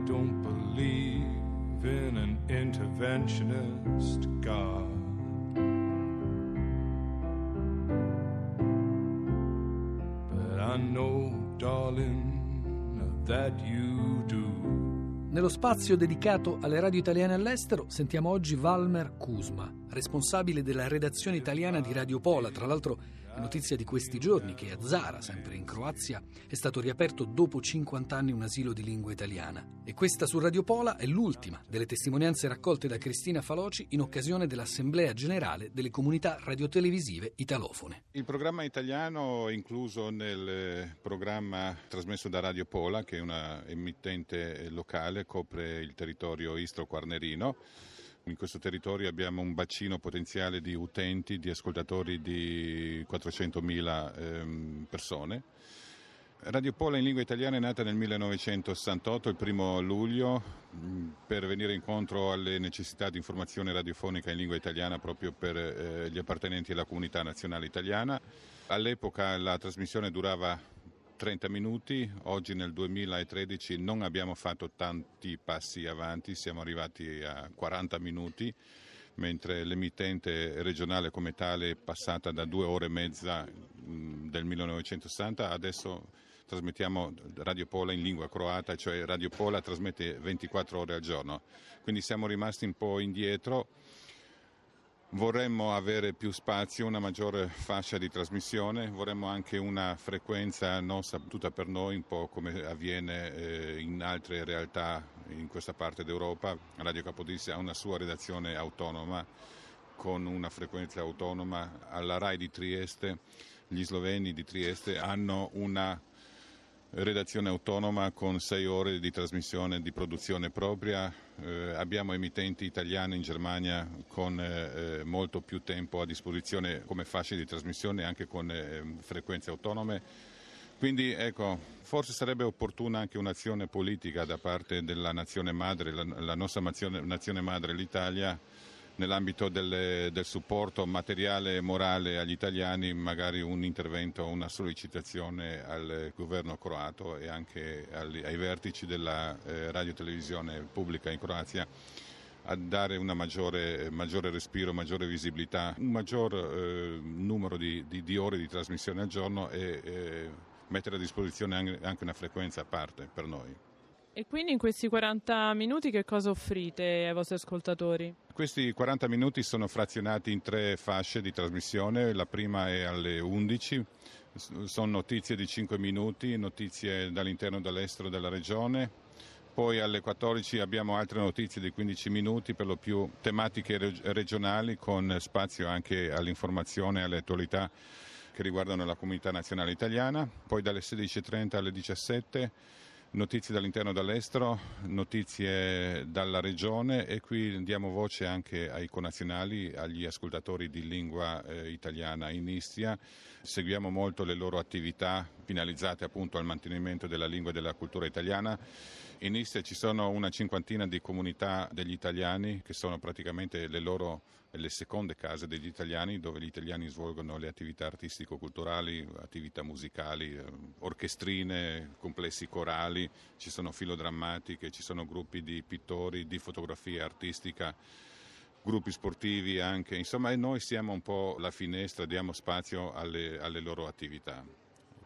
don't believe in an interventionist God. But I know, darling, that you do. Nello spazio dedicato alle radio italiane all'estero sentiamo oggi Valmer Kuzma, responsabile della redazione italiana di Radio Pola. Tra l'altro è notizia di questi giorni che a Zara, sempre in Croazia, è stato riaperto dopo 50 anni un asilo di lingua italiana. E questa su Radio Pola è l'ultima delle testimonianze raccolte da Cristina Faloci in occasione dell'Assemblea Generale delle Comunità Radiotelevisive Italofone. Il programma italiano è incluso nel programma trasmesso da Radio Pola, che è una emittente locale, copre il territorio istro-quarnerino. In questo territorio abbiamo un bacino potenziale di utenti, di ascoltatori di 400.000 persone. Radio Pola in lingua italiana è nata nel 1968, il 1 luglio, per venire incontro alle necessità di informazione radiofonica in lingua italiana proprio per gli appartenenti alla comunità nazionale italiana. All'epoca la trasmissione durava 30 minuti, oggi nel 2013 non abbiamo fatto tanti passi avanti, siamo arrivati a 40 minuti, mentre l'emittente regionale come tale è passata da 2 ore e mezza del 1960, adesso trasmettiamo Radio Pola in lingua croata, cioè Radio Pola trasmette 24 ore al giorno, quindi siamo rimasti un po' indietro. Vorremmo avere più spazio, una maggiore fascia di trasmissione, vorremmo anche una frequenza non saputa per noi, un po' come avviene in altre realtà in questa parte d'Europa. Radio Capodistria ha una sua redazione autonoma con una frequenza autonoma. Alla RAI di Trieste, gli sloveni di Trieste hanno una redazione autonoma con 6 ore di trasmissione di produzione propria, abbiamo emittenti italiane in Germania con molto più tempo a disposizione come fasce di trasmissione anche con frequenze autonome, quindi ecco, forse sarebbe opportuna anche un'azione politica da parte della nazione madre, la nostra nazione madre, l'Italia, nell'ambito del supporto materiale e morale agli italiani, magari un intervento, una sollecitazione al governo croato e anche ai vertici della radiotelevisione pubblica in Croazia a dare una maggiore respiro, maggiore visibilità, un maggior numero di ore di trasmissione al giorno e mettere a disposizione anche una frequenza a parte per noi. E quindi in questi 40 minuti che cosa offrite ai vostri ascoltatori? Questi 40 minuti sono frazionati in 3 fasce di trasmissione, la prima è alle 11, sono notizie di 5 minuti, notizie dall'interno e dall'estero della regione, poi alle 14 abbiamo altre notizie di 15 minuti, per lo più tematiche regionali con spazio anche all'informazione e alle attualità che riguardano la comunità nazionale italiana, poi dalle 16:30 alle 17 notizie dall'interno e dall'estero, notizie dalla regione e qui diamo voce anche ai connazionali, agli ascoltatori di lingua italiana in Istria. Seguiamo molto le loro attività finalizzate appunto al mantenimento della lingua e della cultura italiana. In Istria ci sono una 50ina di comunità degli italiani che sono praticamente le seconde case degli italiani, dove gli italiani svolgono le attività artistico-culturali, attività musicali, orchestrine, complessi corali, ci sono filodrammatiche, ci sono gruppi di pittori, di fotografia artistica, gruppi sportivi anche, insomma, e noi siamo un po' la finestra, diamo spazio alle loro attività.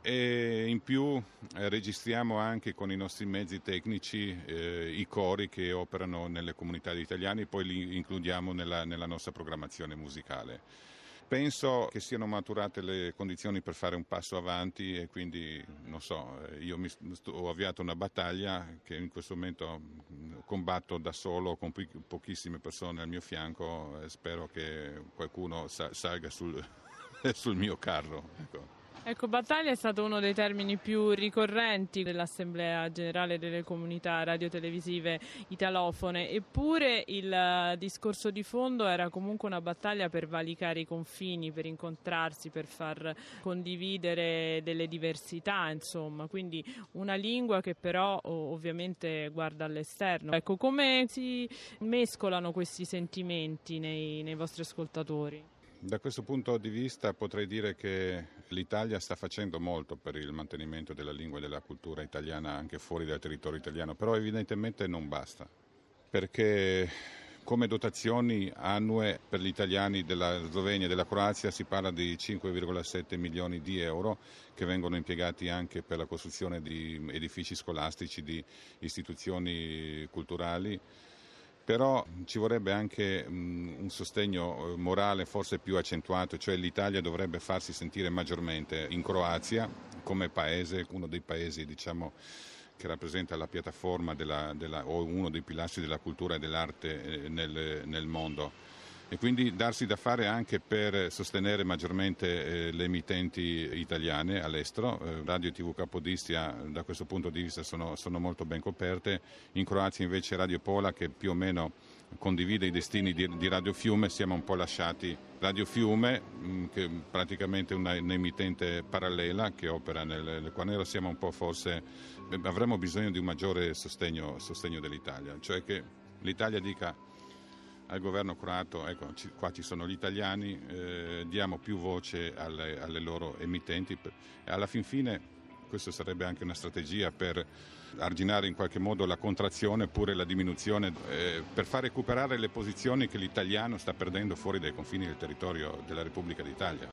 E in più registriamo anche con i nostri mezzi tecnici i cori che operano nelle comunità di italiani, poi li includiamo nella nostra programmazione musicale. Penso che siano maturate le condizioni per fare un passo avanti e quindi, non so, io ho avviato una battaglia che in questo momento combatto da solo con pochissime persone al mio fianco e spero che qualcuno salga sul mio carro. Ecco, battaglia è stato uno dei termini più ricorrenti dell'Assemblea Generale delle Comunità Radiotelevisive Italofone, eppure il discorso di fondo era comunque una battaglia per valicare i confini, per incontrarsi, per far condividere delle diversità, insomma, quindi una lingua che però ovviamente guarda all'esterno. Ecco, come si mescolano questi sentimenti nei vostri ascoltatori? Da questo punto di vista potrei dire che l'Italia sta facendo molto per il mantenimento della lingua e della cultura italiana anche fuori dal territorio italiano, però evidentemente non basta, perché come dotazioni annue per gli italiani della Slovenia e della Croazia si parla di 5,7 milioni di euro che vengono impiegati anche per la costruzione di edifici scolastici, di istituzioni culturali. Però ci vorrebbe anche un sostegno morale forse più accentuato, cioè l'Italia dovrebbe farsi sentire maggiormente in Croazia come paese, uno dei paesi che rappresenta la piattaforma o uno dei pilastri della cultura e dell'arte nel mondo. E quindi darsi da fare anche per sostenere maggiormente le emittenti italiane all'estero. Radio e TV Capodistria da questo punto di vista sono molto ben coperte. In Croazia invece Radio Pola, che più o meno condivide i destini di Radio Fiume, siamo un po' lasciati. Radio Fiume, che è praticamente un'emittente parallela che opera nel Quarnero, siamo un po' forse, avremmo bisogno di un maggiore sostegno dell'Italia, cioè che l'Italia dica al governo croato, ecco, qua ci sono gli italiani, diamo più voce alle loro emittenti. Alla fin fine questa sarebbe anche una strategia per arginare in qualche modo la contrazione oppure la diminuzione, per far recuperare le posizioni che l'italiano sta perdendo fuori dai confini del territorio della Repubblica d'Italia.